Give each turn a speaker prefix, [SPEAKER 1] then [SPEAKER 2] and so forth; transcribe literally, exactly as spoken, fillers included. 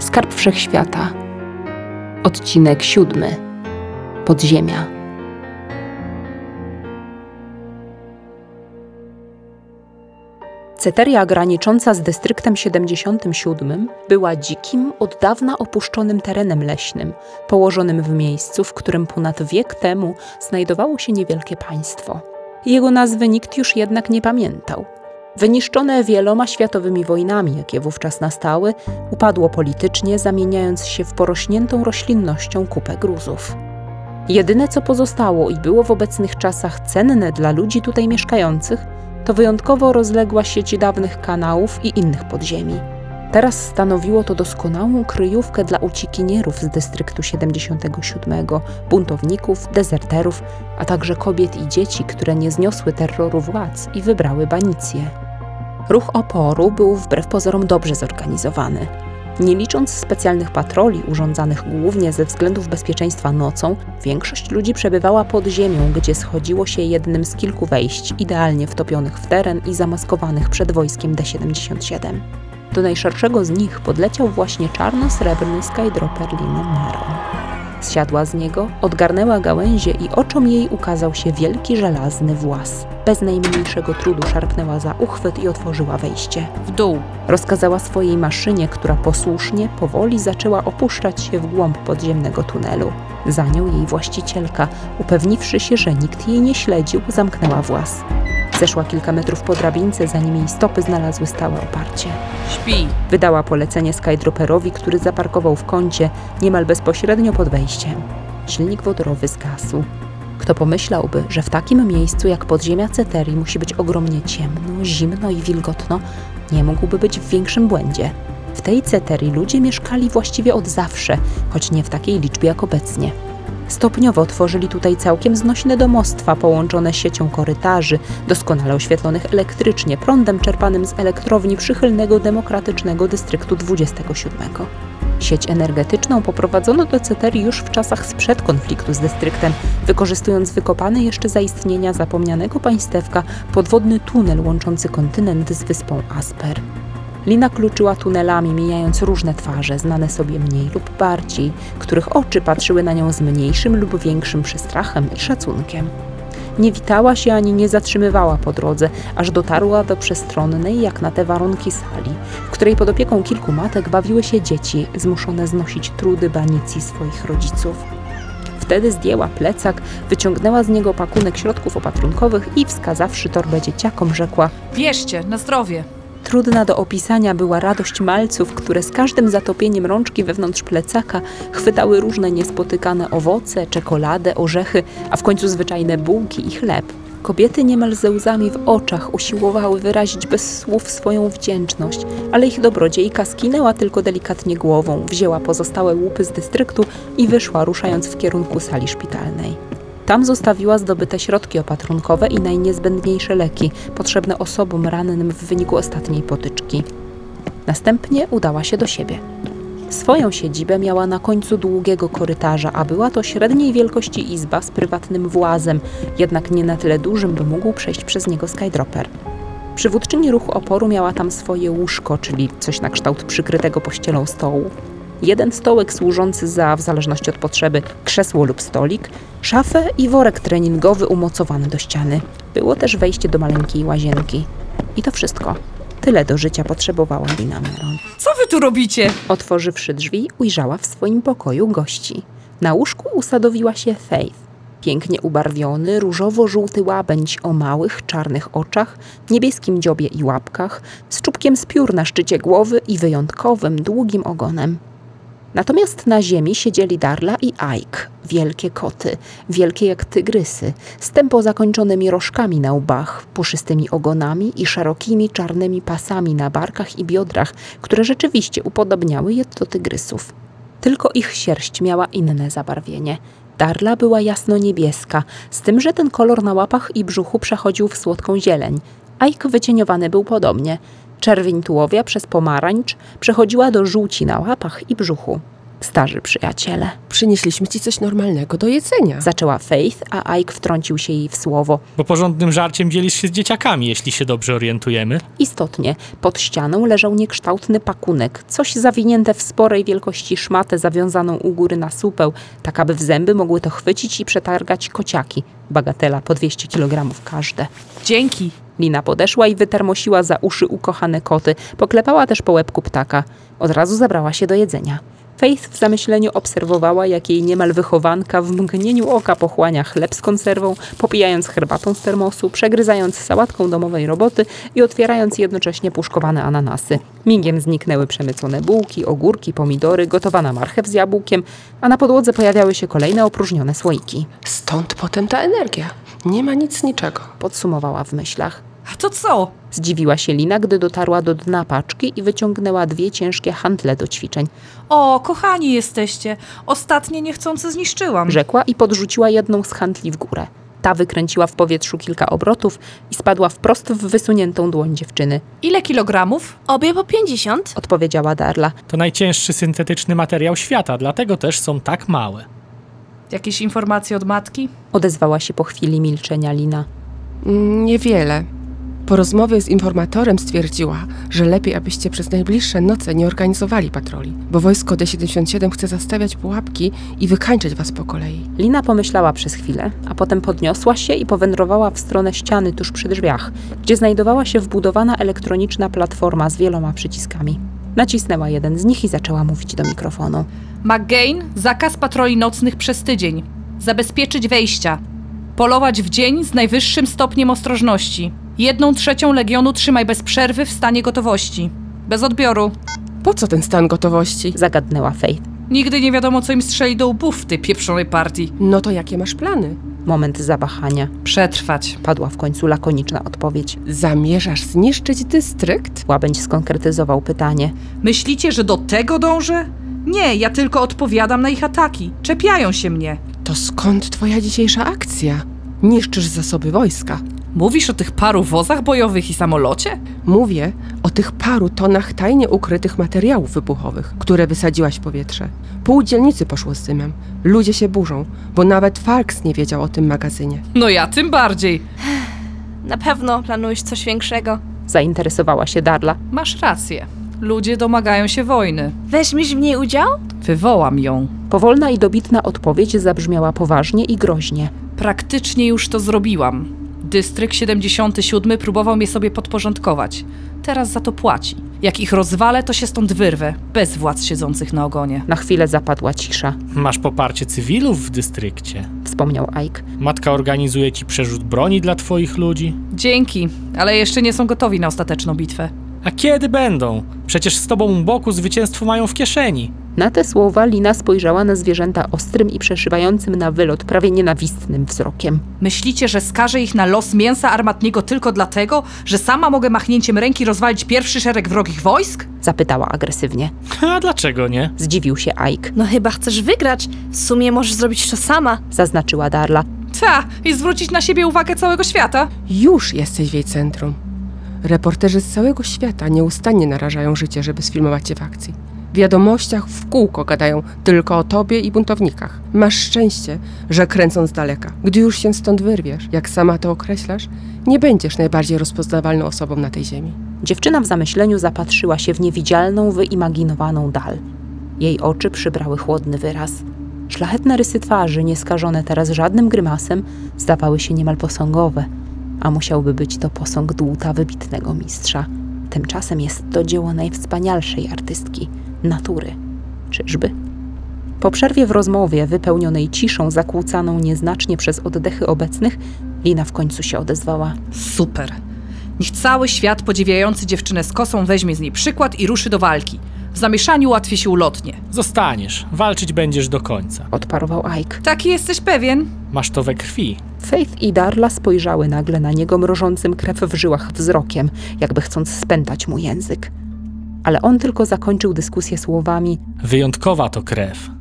[SPEAKER 1] Skarb Wszechświata. Odcinek siódmy. Podziemia. Ceteria granicząca z dystryktem siedemdziesiątym siódmym była dzikim, od dawna opuszczonym terenem leśnym, położonym w miejscu, w którym ponad wiek temu znajdowało się niewielkie państwo. Jego nazwy nikt już jednak nie pamiętał. Wyniszczone wieloma światowymi wojnami, jakie wówczas nastały, upadło politycznie, zamieniając się w porośniętą roślinnością kupę gruzów. Jedyne, co pozostało i było w obecnych czasach cenne dla ludzi tutaj mieszkających, to wyjątkowo rozległa sieć dawnych kanałów i innych podziemi. Teraz stanowiło to doskonałą kryjówkę dla uciekinierów z dystryktu siedemdziesiątego siódmego, buntowników, dezerterów, a także kobiet i dzieci, które nie zniosły terroru władz i wybrały banicję. Ruch oporu był wbrew pozorom dobrze zorganizowany. Nie licząc specjalnych patroli urządzanych głównie ze względów bezpieczeństwa nocą, większość ludzi przebywała pod ziemią, gdzie schodziło się jednym z kilku wejść, idealnie wtopionych w teren i zamaskowanych przed wojskiem D siedemdziesiąt siedem. Do najszerszego z nich podleciał właśnie czarno-srebrny skydropper Liny Meron. Zsiadła z niego, odgarnęła gałęzie i oczom jej ukazał się wielki żelazny włas. Bez najmniejszego trudu szarpnęła za uchwyt i otworzyła wejście.
[SPEAKER 2] W dół!
[SPEAKER 1] Rozkazała swojej maszynie, która posłusznie, powoli zaczęła opuszczać się w głąb podziemnego tunelu. Za nią jej właścicielka, upewniwszy się, że nikt jej nie śledził, zamknęła włas. Zeszła kilka metrów po drabince, zanim jej stopy znalazły stałe oparcie.
[SPEAKER 2] Śpi!
[SPEAKER 1] Wydała polecenie skydropperowi, który zaparkował w kącie, niemal bezpośrednio pod wejściem. Silnik wodorowy zgasł. Kto pomyślałby, że w takim miejscu jak podziemia Ceterii musi być ogromnie ciemno, zimno i wilgotno, nie mógłby być w większym błędzie. W tej Ceterii ludzie mieszkali właściwie od zawsze, choć nie w takiej liczbie jak obecnie. Stopniowo tworzyli tutaj całkiem znośne domostwa połączone siecią korytarzy, doskonale oświetlonych elektrycznie, prądem czerpanym z elektrowni przychylnego demokratycznego dystryktu dwudziestego siódmego. Sieć energetyczną poprowadzono do Ceterii już w czasach sprzed konfliktu z dystryktem, wykorzystując wykopany jeszcze za istnienia zapomnianego państewka podwodny tunel łączący kontynent z wyspą Asper. Lina kluczyła tunelami, mijając różne twarze, znane sobie mniej lub bardziej, których oczy patrzyły na nią z mniejszym lub większym przestrachem i szacunkiem. Nie witała się ani nie zatrzymywała po drodze, aż dotarła do przestronnej, jak na te warunki, sali, w której pod opieką kilku matek bawiły się dzieci, zmuszone znosić trudy banicji swoich rodziców. Wtedy zdjęła plecak, wyciągnęła z niego pakunek środków opatrunkowych i, wskazawszy torbę dzieciakom, rzekła:
[SPEAKER 2] Bierzcie, na zdrowie!
[SPEAKER 1] Trudna do opisania była radość malców, które z każdym zatopieniem rączki wewnątrz plecaka chwytały różne niespotykane owoce, czekoladę, orzechy, a w końcu zwyczajne bułki i chleb. Kobiety niemal ze łzami w oczach usiłowały wyrazić bez słów swoją wdzięczność, ale ich dobrodziejka skinęła tylko delikatnie głową, wzięła pozostałe łupy z dystryktu i wyszła, ruszając w kierunku sali szpitalnej. Tam zostawiła zdobyte środki opatrunkowe i najniezbędniejsze leki, potrzebne osobom rannym w wyniku ostatniej potyczki. Następnie udała się do siebie. Swoją siedzibę miała na końcu długiego korytarza, a była to średniej wielkości izba z prywatnym włazem, jednak nie na tyle dużym, by mógł przejść przez niego skydropper. Przywódczyni ruchu oporu miała tam swoje łóżko, czyli coś na kształt przykrytego pościelą stołu. Jeden stołek służący za, w zależności od potrzeby, krzesło lub stolik, szafę i worek treningowy umocowany do ściany. Było też wejście do maleńkiej łazienki. I to wszystko. Tyle do życia potrzebowała Lina Meron.
[SPEAKER 2] Co wy tu robicie?
[SPEAKER 1] Otworzywszy drzwi, ujrzała w swoim pokoju gości. Na łóżku usadowiła się Faith. Pięknie ubarwiony, różowo-żółty łabędź o małych, czarnych oczach, niebieskim dziobie i łapkach, z czubkiem z piór na szczycie głowy i wyjątkowym, długim ogonem. Natomiast na ziemi siedzieli Darla i Ike, wielkie koty, wielkie jak tygrysy, z tępo zakończonymi rożkami na łbach, puszystymi ogonami i szerokimi czarnymi pasami na barkach i biodrach, które rzeczywiście upodobniały je do tygrysów. Tylko ich sierść miała inne zabarwienie. Darla była jasno-niebieska, z tym, że ten kolor na łapach i brzuchu przechodził w słodką zieleń. Ike wycieniowany był podobnie. Czerwień tułowia przez pomarańcz przechodziła do żółci na łapach i brzuchu. Starzy przyjaciele.
[SPEAKER 3] Przynieśliśmy ci coś normalnego do jedzenia.
[SPEAKER 1] Zaczęła Faith, a Ike wtrącił się jej w słowo.
[SPEAKER 4] Bo porządnym żarciem dzielisz się z dzieciakami, jeśli się dobrze orientujemy.
[SPEAKER 1] Istotnie, pod ścianą leżał niekształtny pakunek, coś zawinięte w sporej wielkości szmatę zawiązaną u góry na supeł, tak aby w zęby mogły to chwycić i przetargać kociaki. Bagatela po dwieście kilogramów każde.
[SPEAKER 2] Dzięki.
[SPEAKER 1] Lina podeszła i wytermosiła za uszy ukochane koty. Poklepała też po łebku ptaka. Od razu zabrała się do jedzenia. Faith w zamyśleniu obserwowała, jak jej niemal wychowanka w mgnieniu oka pochłania chleb z konserwą, popijając herbatą z termosu, przegryzając sałatką domowej roboty i otwierając jednocześnie puszkowane ananasy. Migiem zniknęły przemycone bułki, ogórki, pomidory, gotowana marchew z jabłkiem, a na podłodze pojawiały się kolejne opróżnione słoiki.
[SPEAKER 3] Stąd potem ta energia. Nie ma nic z niczego.
[SPEAKER 1] Podsumowała w myślach.
[SPEAKER 2] A to co?
[SPEAKER 1] Zdziwiła się Lina, gdy dotarła do dna paczki i wyciągnęła dwie ciężkie hantle do ćwiczeń.
[SPEAKER 2] O, kochani jesteście. Ostatnie niechcące zniszczyłam.
[SPEAKER 1] Rzekła i podrzuciła jedną z hantli w górę. Ta wykręciła w powietrzu kilka obrotów i spadła wprost w wysuniętą dłoń dziewczyny.
[SPEAKER 2] Ile kilogramów?
[SPEAKER 5] Obie po pięćdziesiąt?
[SPEAKER 1] Odpowiedziała Darla.
[SPEAKER 4] To najcięższy syntetyczny materiał świata, dlatego też są tak małe.
[SPEAKER 2] Jakieś informacje od matki?
[SPEAKER 1] Odezwała się po chwili milczenia Lina.
[SPEAKER 3] Mm, Niewiele. Po rozmowie z informatorem stwierdziła, że lepiej, abyście przez najbliższe noce nie organizowali patroli, bo wojsko D siedemdziesiąt siedem chce zastawiać pułapki i wykańczać was po kolei.
[SPEAKER 1] Lina pomyślała przez chwilę, a potem podniosła się i powędrowała w stronę ściany tuż przy drzwiach, gdzie znajdowała się wbudowana elektroniczna platforma z wieloma przyciskami. Nacisnęła jeden z nich i zaczęła mówić do mikrofonu.
[SPEAKER 2] McGain, zakaz patroli nocnych przez tydzień. Zabezpieczyć wejścia. Polować w dzień z najwyższym stopniem ostrożności. Jedną trzecią legionu trzymaj bez przerwy w stanie gotowości. Bez odbioru.
[SPEAKER 3] Po co ten stan gotowości?
[SPEAKER 1] Zagadnęła Faith.
[SPEAKER 2] Nigdy nie wiadomo, co im strzeli do łbów w tej pieprzonej partii.
[SPEAKER 3] No to jakie masz plany?
[SPEAKER 1] Moment zawahania.
[SPEAKER 2] Przetrwać.
[SPEAKER 1] Padła w końcu lakoniczna odpowiedź.
[SPEAKER 3] Zamierzasz zniszczyć dystrykt?
[SPEAKER 1] Łabędź skonkretyzował pytanie.
[SPEAKER 2] Myślicie, że do tego dążę? Nie, ja tylko odpowiadam na ich ataki. Czepiają się mnie.
[SPEAKER 3] To skąd twoja dzisiejsza akcja? Niszczysz zasoby wojska.
[SPEAKER 2] Mówisz o tych paru wozach bojowych i samolocie?
[SPEAKER 3] Mówię o tych paru tonach tajnie ukrytych materiałów wybuchowych, które wysadziłaś w powietrze. Pół dzielnicy poszło z dymem. Ludzie się burzą, bo nawet Falks nie wiedział o tym magazynie.
[SPEAKER 2] No ja tym bardziej.
[SPEAKER 5] Na pewno planujesz coś większego.
[SPEAKER 1] Zainteresowała się Darla.
[SPEAKER 2] Masz rację. Ludzie domagają się wojny.
[SPEAKER 5] Weźmiesz w niej udział?
[SPEAKER 2] Wywołam ją.
[SPEAKER 1] Powolna i dobitna odpowiedź zabrzmiała poważnie i groźnie.
[SPEAKER 2] Praktycznie już to zrobiłam. Dystrykt siedemdziesiąty siódmy próbował mnie sobie podporządkować. Teraz za to płaci. Jak ich rozwalę, to się stąd wyrwę. Bez władz siedzących na ogonie.
[SPEAKER 1] Na chwilę zapadła cisza.
[SPEAKER 4] Masz poparcie cywilów w dystrykcie.
[SPEAKER 1] Wspomniał Ike.
[SPEAKER 4] Matka organizuje ci przerzut broni dla twoich ludzi.
[SPEAKER 2] Dzięki, ale jeszcze nie są gotowi na ostateczną bitwę.
[SPEAKER 4] A kiedy będą? Przecież z tobą u boku zwycięstwo mają w kieszeni.
[SPEAKER 1] Na te słowa Lina spojrzała na zwierzęta ostrym i przeszywającym na wylot, prawie nienawistnym wzrokiem.
[SPEAKER 2] Myślicie, że skażę ich na los mięsa armatniego tylko dlatego, że sama mogę machnięciem ręki rozwalić pierwszy szereg wrogich wojsk?
[SPEAKER 1] Zapytała agresywnie.
[SPEAKER 4] A dlaczego nie?
[SPEAKER 1] Zdziwił się Ike.
[SPEAKER 5] No chyba chcesz wygrać. W sumie możesz zrobić to sama.
[SPEAKER 1] Zaznaczyła Darla.
[SPEAKER 2] Ta, i zwrócić na siebie uwagę całego świata?
[SPEAKER 3] Już jesteś w jej centrum. Reporterzy z całego świata nieustannie narażają życie, żeby sfilmować cię w akcji. W wiadomościach w kółko gadają tylko o tobie i buntownikach. Masz szczęście, że kręcą z daleka. Gdy już się stąd wyrwiesz, jak sama to określasz, nie będziesz najbardziej rozpoznawalną osobą na tej ziemi.
[SPEAKER 1] Dziewczyna w zamyśleniu zapatrzyła się w niewidzialną, wyimaginowaną dal. Jej oczy przybrały chłodny wyraz. Szlachetne rysy twarzy, nieskażone teraz żadnym grymasem, zdawały się niemal posągowe, a musiałby być to posąg dłuta wybitnego mistrza. Tymczasem jest to dzieło najwspanialszej artystki, natury. Czyżby? Po przerwie w rozmowie, wypełnionej ciszą zakłócaną nieznacznie przez oddechy obecnych, Lina w końcu się odezwała.
[SPEAKER 2] Super. Niech cały świat podziwiający dziewczynę z kosą weźmie z niej przykład i ruszy do walki. W zamieszaniu ułatwi się ulotnie.
[SPEAKER 4] Zostaniesz. Walczyć będziesz do końca.
[SPEAKER 1] Odparował Ike.
[SPEAKER 2] Taki jesteś pewien?
[SPEAKER 4] Masz to we krwi.
[SPEAKER 1] Faith i Darla spojrzały nagle na niego mrożącym krew w żyłach wzrokiem, jakby chcąc spętać mu język. Ale on tylko zakończył dyskusję słowami:
[SPEAKER 4] Wyjątkowa to krew.